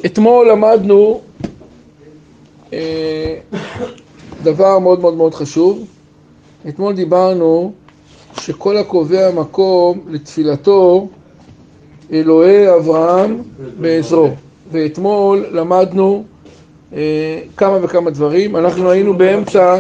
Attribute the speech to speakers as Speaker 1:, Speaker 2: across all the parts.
Speaker 1: אתמול למדנו דבר מאוד מאוד מאוד חשוב. אתמול דיברנו שכל הקובע מקום לתפילתו אלוהי אברהם בעזרו. ואתמול למדנו כמה וכמה דברים. אנחנו היינו באמצע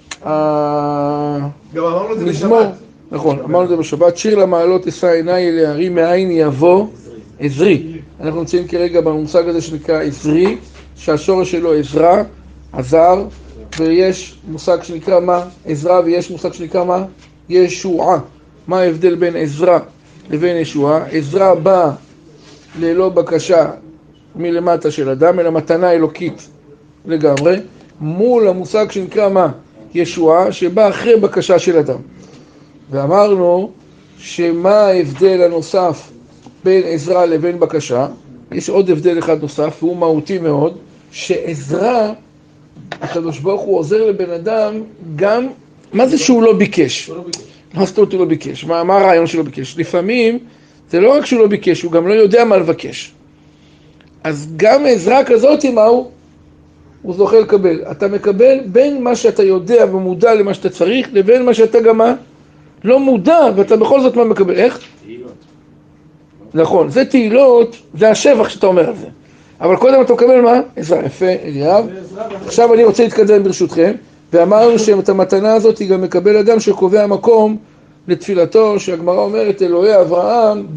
Speaker 1: המזמור. נכון, אמרנו את זה בשבת. שיר למעלות אשא עיניי אל ההרים מאין יבוא עזרי. אנחנו נמצאים כרגע במושג הזה שנקרא עזרי, שהשורש שלו עזרא, עזר, ויש מושג שנקרא מה? עזרא, ויש מושג שנקרא מה? ישועה. מה ההבדל בין עזרא לבין ישועה? עזרא בא ללא בקשה מלמטה של אדם, אלא מתנה אלוקית לגמרי, מול המושג שנקרא מה? ישועה, שבא אחרי בקשה של אדם. ואמרנו שמה ההבדל הנוסף בין עזרא לבין בקשה? יש עוד הבדל אחד נוסף, והוא מהותי מאוד, שעזרא, הקדוש ברוך הוא עוזר לבן אדם גם, מה זה שהוא לא ביקש? מה זאת אומרת הוא לא ביקש? מה הרעיון שלא ביקש? לפעמים זה לא רק שהוא לא ביקש, הוא גם לא יודע מה לבקש. אז גם עזרא כזאת, מה הוא? הוא זוכה לקבל. אתה מקבל בין מה שאתה יודע ומודע למה שאתה צריך, לבין מה שאתה גם לא מודע, ואתה בכל זאת מה מקבל. איך? תהילות. נכון, זה תהילות, זה השבח שאתה אומר על זה. אבל קודם אתה מקבל מה? עזרא, יפה, אליאב. עכשיו אני רוצה להתקדם ברשותכם, ואמרנו שאת המתנה הזאת היא גם מקבל אדם שקובע מקום לתפילתו, שהגמרא אומרת אלוהי אברהם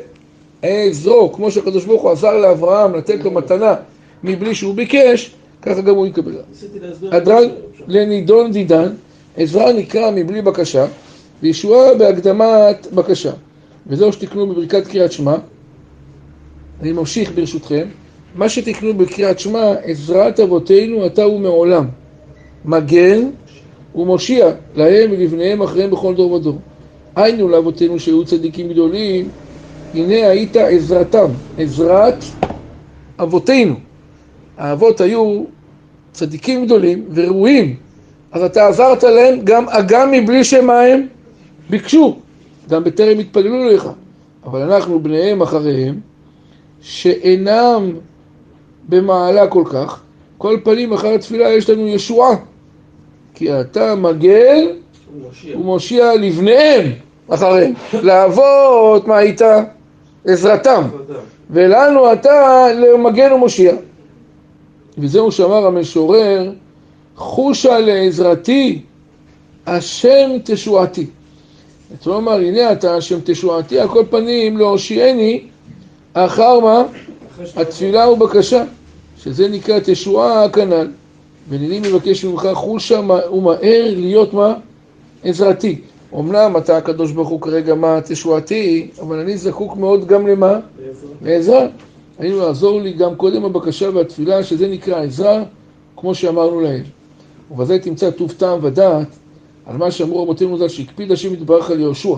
Speaker 1: בעזרו, כמו שהקדוש ברוך הוא עזר לאברהם לתת לו מתנה מבלי שהוא ביקש, ככה גם הוא יקבל. הדרן לנידון דידן, עזרא נקרא מבלי בקשה, וישועה בהקדמת בקשה. וזהו שתקנו בברכת קריאת שמע. אני ממשיך ברשותכם. מה שתקנו בקריאת שמע, עזרת אבותינו אתה ומעולם. מגן ומושיע להם ולבניהם אחריהם בכל דור ודור. היינו לאבותינו שהיו צדיקים גדולים, הנה היית עזרתם, עזרת אבותינו. האבות היו צדיקים גדולים וראויים, אז אתה עזרת להם גם מבלי שמה הם ביקשו, גם בטרם התפללו לך. אבל אנחנו בניהם אחריהם, שאינם במעלה כל כך, כל פנים אחר התפילה יש לנו ישועה. כי אתה מגן ומושיע לבניהם אחריהם. לאבות מה הייתה? עזרתם. ולנו אתה למגן ומושיע. וזהו שאמר המשורר, חושה לעזרתי, השם תשועתי. זאת אומרת, הנה אתה השם תשועתי, על כל פנים להושיעני, אחר מה? התפילה ובקשה, שזה נקרא תשועה הכנל. ואני מבקש ממך חושה ומהר להיות מה? עזרתי. אמנם אתה הקדוש ברוך הוא כרגע מה תשועתי, אבל אני זקוק מאוד גם למה? לעזרה. אני לעזור לי גם קודם הבקשה והתפילה, שזה נקרא עזרה, כמו שאמרנו להם. ובזה תמצא טוב טעם ודעת על מה שאמרו רבותינו ז"ל, שהקפיד השם יתברך על יהושע.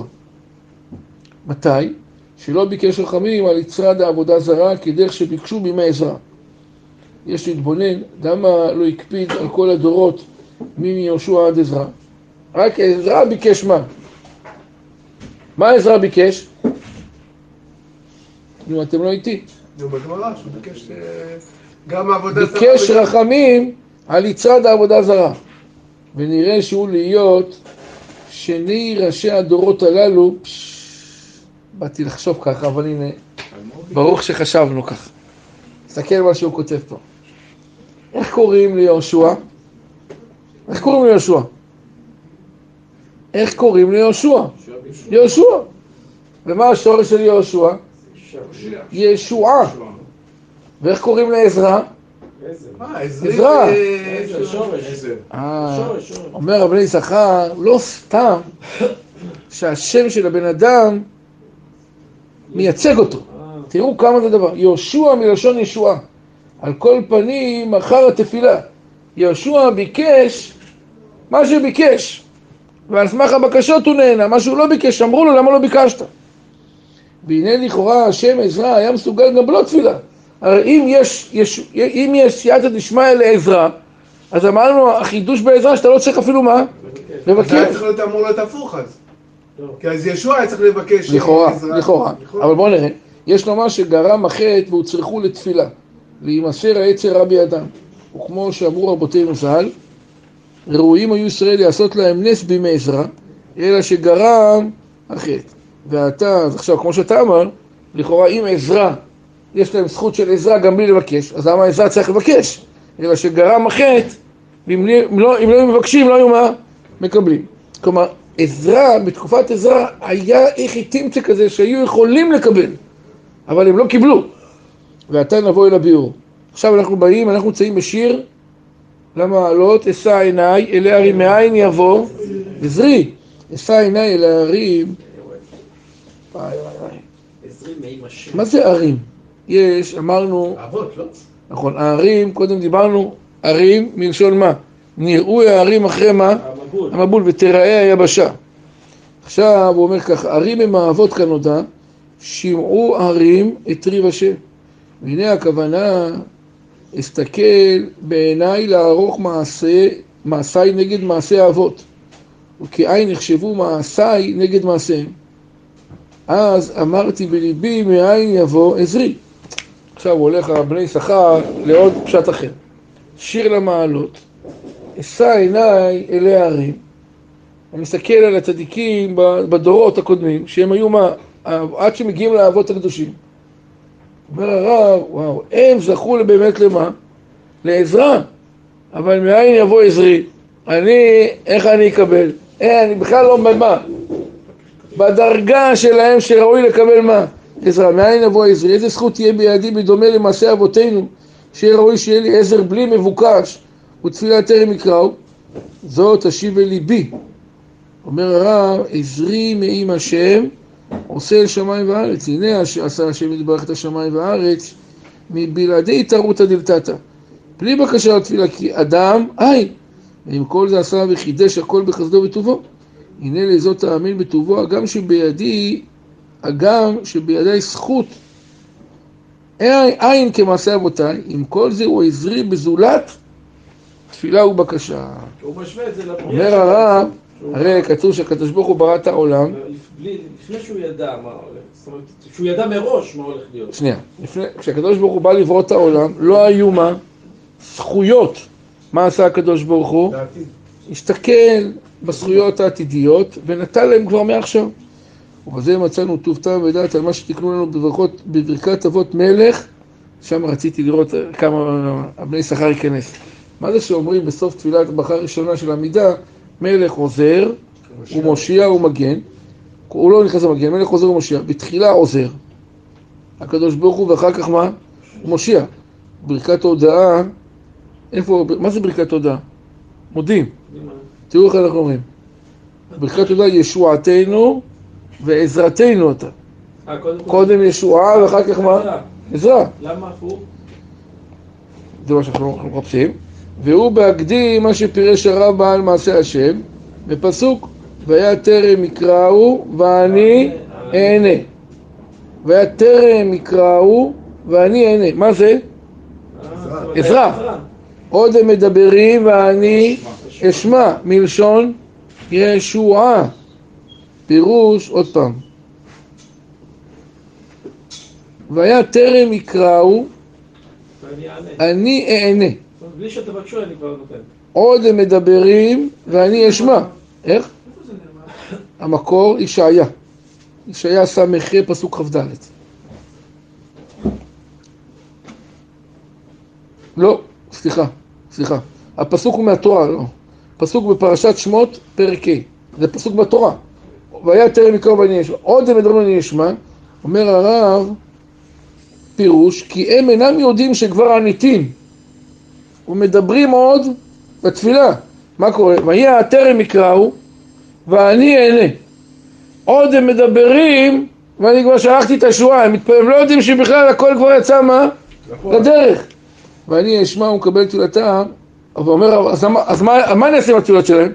Speaker 1: מתי? שלא ביקש רחמים על יצרד העבודה זרה, כדרך שביקשו בימי עזרא. יש להתבונן, למה לא הקפיד על כל הדורות מיהושע עד עזרא? רק עזרא ביקש מה? מה עזרא ביקש? נו, אתם לא איתי.
Speaker 2: נו, בגמרא, שהוא ביקש גם העבודה זרה.
Speaker 1: ביקש רחמים על יצרד העבודה זרה. ונראה שהוא להיות שני ראשי הדורות הללו, באתי לחשוב ככה, אבל הנה, ברוך שחשבנו ככה. תסתכל מה שהוא כותב פה. איך קוראים ליהושע? איך קוראים ליהושע? איך קוראים ליהושע? יהושע. ומה השורש של יהושע? ישועה. ואיך קוראים לעזרא? עזרא. אומר רבי יששכר, לא סתם שהשם של הבן אדם מייצג אותו. תראו כמה זה דבר. יהושע מלשון ישועה. על כל פנים אחר התפילה. יהושע ביקש מה שביקש. ועל סמך הבקשות הוא נהנה. מה שהוא לא ביקש, אמרו לו למה לא ביקשת. והנה לכאורה השם עזרא היה מסוגל גם בלא תפילה. הרי אם יש סייעתא דשמיא לעזרא, אז אמרנו החידוש בעזרא שאתה לא צריך אפילו מה? לבקש.
Speaker 2: זה היה צריך להיות אמור להיות הפוך אז. כי אז ישוע היה צריך לבקש
Speaker 1: לכאורה. אבל בואו נראה. יש לומר שגרם החטא והוא צריכו לתפילה. להימסר היצר רע בידם. וכמו שאמרו רבותינו ז"ל, ראויים היו ישראל לעשות להם נס בימי עזרא, אלא שגרם החטא. ואתה, אז עכשיו, כמו שאתה אמר, לכאורה אם עזרא, יש להם זכות של עזרא גם בלי לבקש, אז למה עזרא צריך לבקש? אלא שגרם החטא, אם לא היו מבקשים, לא היו מה? מקבלים. כלומר, עזרא, בתקופת עזרא, היה איך תמצא כזה שהיו יכולים לקבל, אבל הם לא קיבלו. ועתה נבוא אל הביאור. עכשיו אנחנו באים, אנחנו נמצאים בשיר למעלות, אשא עיניי אל ההרים מאין יבוא עזרי. אשא עיניי אל ההרים. מה זה ערים? יש, אמרנו, נכון, הערים, קודם דיברנו, ערים מלשון מה? נראו הערים אחרי מה? המבול, ותראה היבשה. עכשיו הוא אומר כך, ערים הם האבות כנודע, שמעו ערים את ריב השם. והנה הכוונה, אסתכל בעיניי לערוך מעשיי נגד מעשי האבות, וכעין נחשבו מעשיי נגד מעשיהם. אז אמרתי בליבי מאין יבוא עזרי. עכשיו הוא הולך על בני שכר לעוד פשט אחר. שיר למעלות, אשא עיניי אל ההרים. אני מסתכל על הצדיקים בדורות הקודמים, שהם היו מה? עד שמגיעים לאבות הקדושים. אומר הרב, וואו, הם זכו באמת למה? לעזרה. אבל מאין יבוא עזרי? איך אני אקבל? אני בכלל לא במה. בדרגה שלהם שראוי לקבל מה? עזרה. מאין יבוא עזרי? איזה זכות תהיה בידי בדומה למעשה אבותינו, שיהיה ראוי שיהיה לי עזר בלי מבוקש, ותפילה טרם יקראו? זאת תשיב אל ליבי. אומר הרב, עזרי מעם השם, עושה אל שמיים וארץ. הנה עשה השם יתברך את השמיים וארץ, מבלעדי התערותא דלתתא. בלי בקשה לתפילה, כי אדם אין. ועם כל זה עשה וחידש הכל בחסדו וטובו. הנה לזאת תאמין בטובו, הגם שבידי זכות אין כמעשה אבותיי. עם כל זה הוא עזרי בזולת תפילה ובקשה.
Speaker 3: הוא משווה את זה לבריאה.
Speaker 1: אומר הרב, הרי כתוב שהקדוש ברוך הוא ברא את העולם.
Speaker 3: לפני שהוא ידע מה הולך, זאת אומרת, שהוא ידע מראש מה הולך להיות.
Speaker 1: שנייה, כשהקדוש ברוך הוא בא לברוא את העולם, לא היו מה? זכויות. מה עשה הקדוש ברוך הוא? הסתכל בזכויות העתידיות ונתן להם כבר מעכשיו. ובזה מצאנו טוב טעם ודעת על מה שתקנו לנו בברכת אבות מלך. שם רציתי לראות כמה בני שכר ייכנס. מה זה שאומרים בסוף תפילת ברכה ראשונה של עמידה, מלך עוזר, הוא מושיע, הוא מגן. הוא לא נכנס למגן, מלך עוזר ומושיע. בתחילה עוזר הקדוש ברוך הוא, ואחר כך מה? הוא מושיע. ברכת הודעה, מה זה ברכת הודעה? מודים. תראו איך אנחנו אומרים. ברכת הודעה, ישועתנו ועזרתנו אותה. קודם ישועה ואחר כך מה? עזרה.
Speaker 3: למה הפוך?
Speaker 1: זה מה שאנחנו מחפשים. והוא בהקדים מה שפירש הרב בעל מעשה השם, בפסוק, והיה טרם יקראו ואני אענה. והיה טרם יקראו ואני אענה. מה זה? עזרה. עוד הם מדברים ואני אשמע, מלשון ישועה. פירוש, עוד פעם. והיה טרם יקראו אני אענה.
Speaker 3: בלי שתבקשו אני כבר נותן.
Speaker 1: עוד הם מדברים ואני אשמע. איך? המקור ישעיה. ישעיה סמ"ח פסוק כ"ד. לא, סליחה. הפסוק הוא מהתורה, לא. פסוק בפרשת שמות פרק ה'. זה פסוק בתורה. והיה טרם יקראו ואני אשמע. עוד הם מדברים ואני אשמע. אומר הרב, פירוש, כי הם אינם יודעים שכבר עניתים. ומדברים עוד בתפילה. מה קורה? והיה טרם יקראו ואני אענה. עוד הם מדברים ואני כבר שלחתי את השורה. הם לא יודעים שבכלל הכל כבר יצא מה? לדרך. ואני אשמע ומקבל תפילתם. ואומר, אז מה אני אעשה עם התפילות שלהם?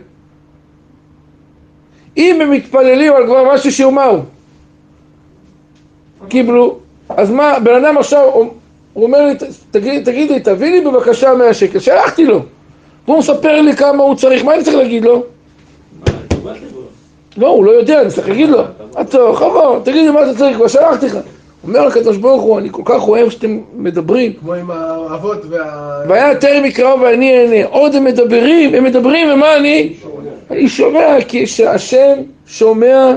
Speaker 1: אם הם מתפללים על כבר משהו שאומרו, קיבלו, אז מה, בן אדם עכשיו, הוא אומר לי, תגיד לי, תביא לי בבקשה 100 שקל, שלחתי לו. והוא מספר לי כמה הוא צריך, מה אני צריך להגיד לו? לא, הוא לא יודע, אני צריך להגיד לו. חבור, תגיד לי מה אתה צריך, כבר שלחתי לך. אומר לקדוש ברוך הוא, אני כל כך אוהב שאתם מדברים.
Speaker 2: כמו עם האבות
Speaker 1: והיה טרם יקראו ואני אענה. עוד הם מדברים, ומה אני? אני שומע, כי שהשם שומע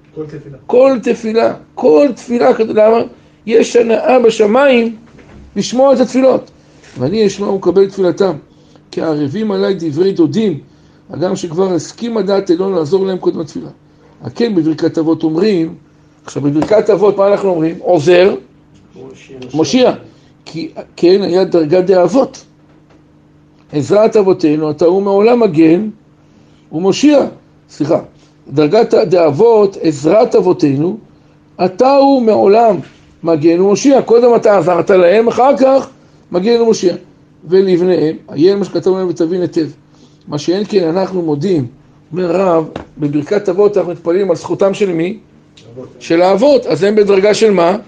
Speaker 1: כל תפילה. למה? יש הנאה בשמיים לשמוע את התפילות. ואני אשמע ומקבל תפילתם. כי הערבים עליי דברי דודים, אדם שכבר הסכים הדעת אלון לעזור להם קודם התפילה. כן, בברכת אבות אומרים, עכשיו בברכת אבות מה אנחנו אומרים? עוזר, מושיע. כי כן, היה דרגת דאבות. עזרת אבותינו, אתה הוא מעולם מגן ומושיע. סליחה, דרגת דאבות, עזרת אבותינו, אתה הוא מעולם מגן ומושיע. קודם אתה עזרת להם, אחר כך מגן ומושיע. ולבניהם, עיין מה שכתב להם ותבין היטב. מה שאין כן אנחנו מודים, אומר רב, בברכת אבות אנחנו מתפללים על זכותם של מי? של האבות. אז הם בדרגה של מה?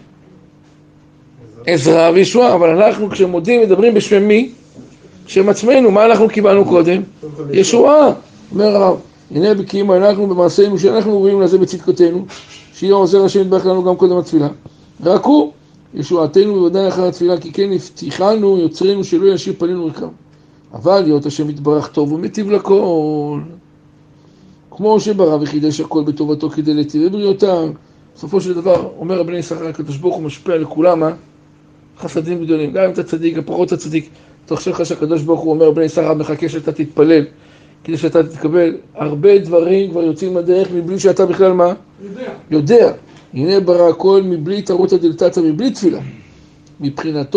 Speaker 1: עזרה וישועה. אבל אנחנו כשמודים מדברים בשם מי? בשם עצמנו. מה אנחנו קיבלנו קודם? ישועה. אומר רב, הנה בקיאים אנחנו במעשינו שאנחנו רואים לזה בצדקותינו, שיהיה עוזר השם יתברך לנו גם קודם התפילה. רק הוא ישועתנו בוודאי אחר התפילה, כי כן הבטיחנו יוצרנו שלא ישיר פנינו ריקם. אבל להיות השם יתברך טוב ומטיב לכל. כמו שברא וחידש הכל בטובתו כדי להיטיב בריאותם. בסופו של דבר, אומר רבני יששכר, הקדוש ברוך הוא משפיע לכולם, חסדים גדולים. גם אם אתה צדיק, הפחות הצדיק, אתה חושב לך שהקדוש ברוך הוא אומר, רבני יששכר מחכה שאתה תתפלל, כדי שאתה תתקבל. הרבה דברים כבר יוצאים לדרך מבלי שאתה בכלל מה? יודע. הנה ברא הכל מבלי תרותא דלתתא, מבלי תפילה. מבחינת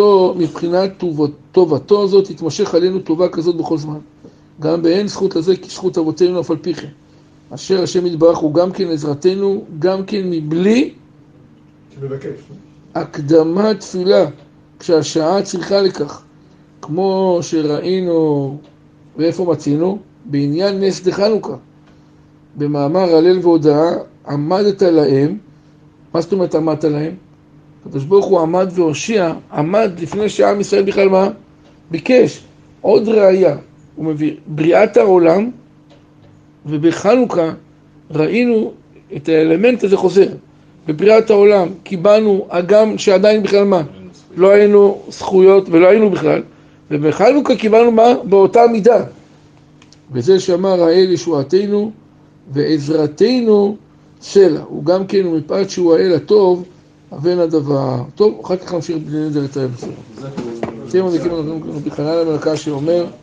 Speaker 1: טובתו הזאת תתמשך עלינו טובה כזאת בכל זמן. גם באין זכות לזה כי זכות אבותינו אף על פי כן. אשר השם יתברך הוא גם כן עזרתנו, גם כן מבלי הקדמת תפילה, כשהשעה צריכה לכך. כמו שראינו, ואיפה מצינו? בעניין נס דחנוכה. במאמר הלל והודאה, עמדת להם. מה זאת אומרת עמדת להם? הקדוש ברוך הוא עמד והושיע, עמד לפני שעם ישראל בכלל מה? ביקש. עוד ראיה, הוא מביא בריאת העולם, ובחנוכה ראינו את האלמנט הזה חוזר. בבריאת העולם קיבלנו אגם שעדיין בכלל מה? לא היינו זכויות ולא היינו בכלל, ובחנוכה קיבלנו מה? באותה מידה. וזה שאמר האל ישועתנו ועזרתנו סלע. הוא גם כן, ומפאת שהוא האל הטוב, אבן הדבר. טוב, אחר כך נמשיך בלי נדר את האל בסדר. תהיה מדליקים לנו בחנן המלכה שאומר,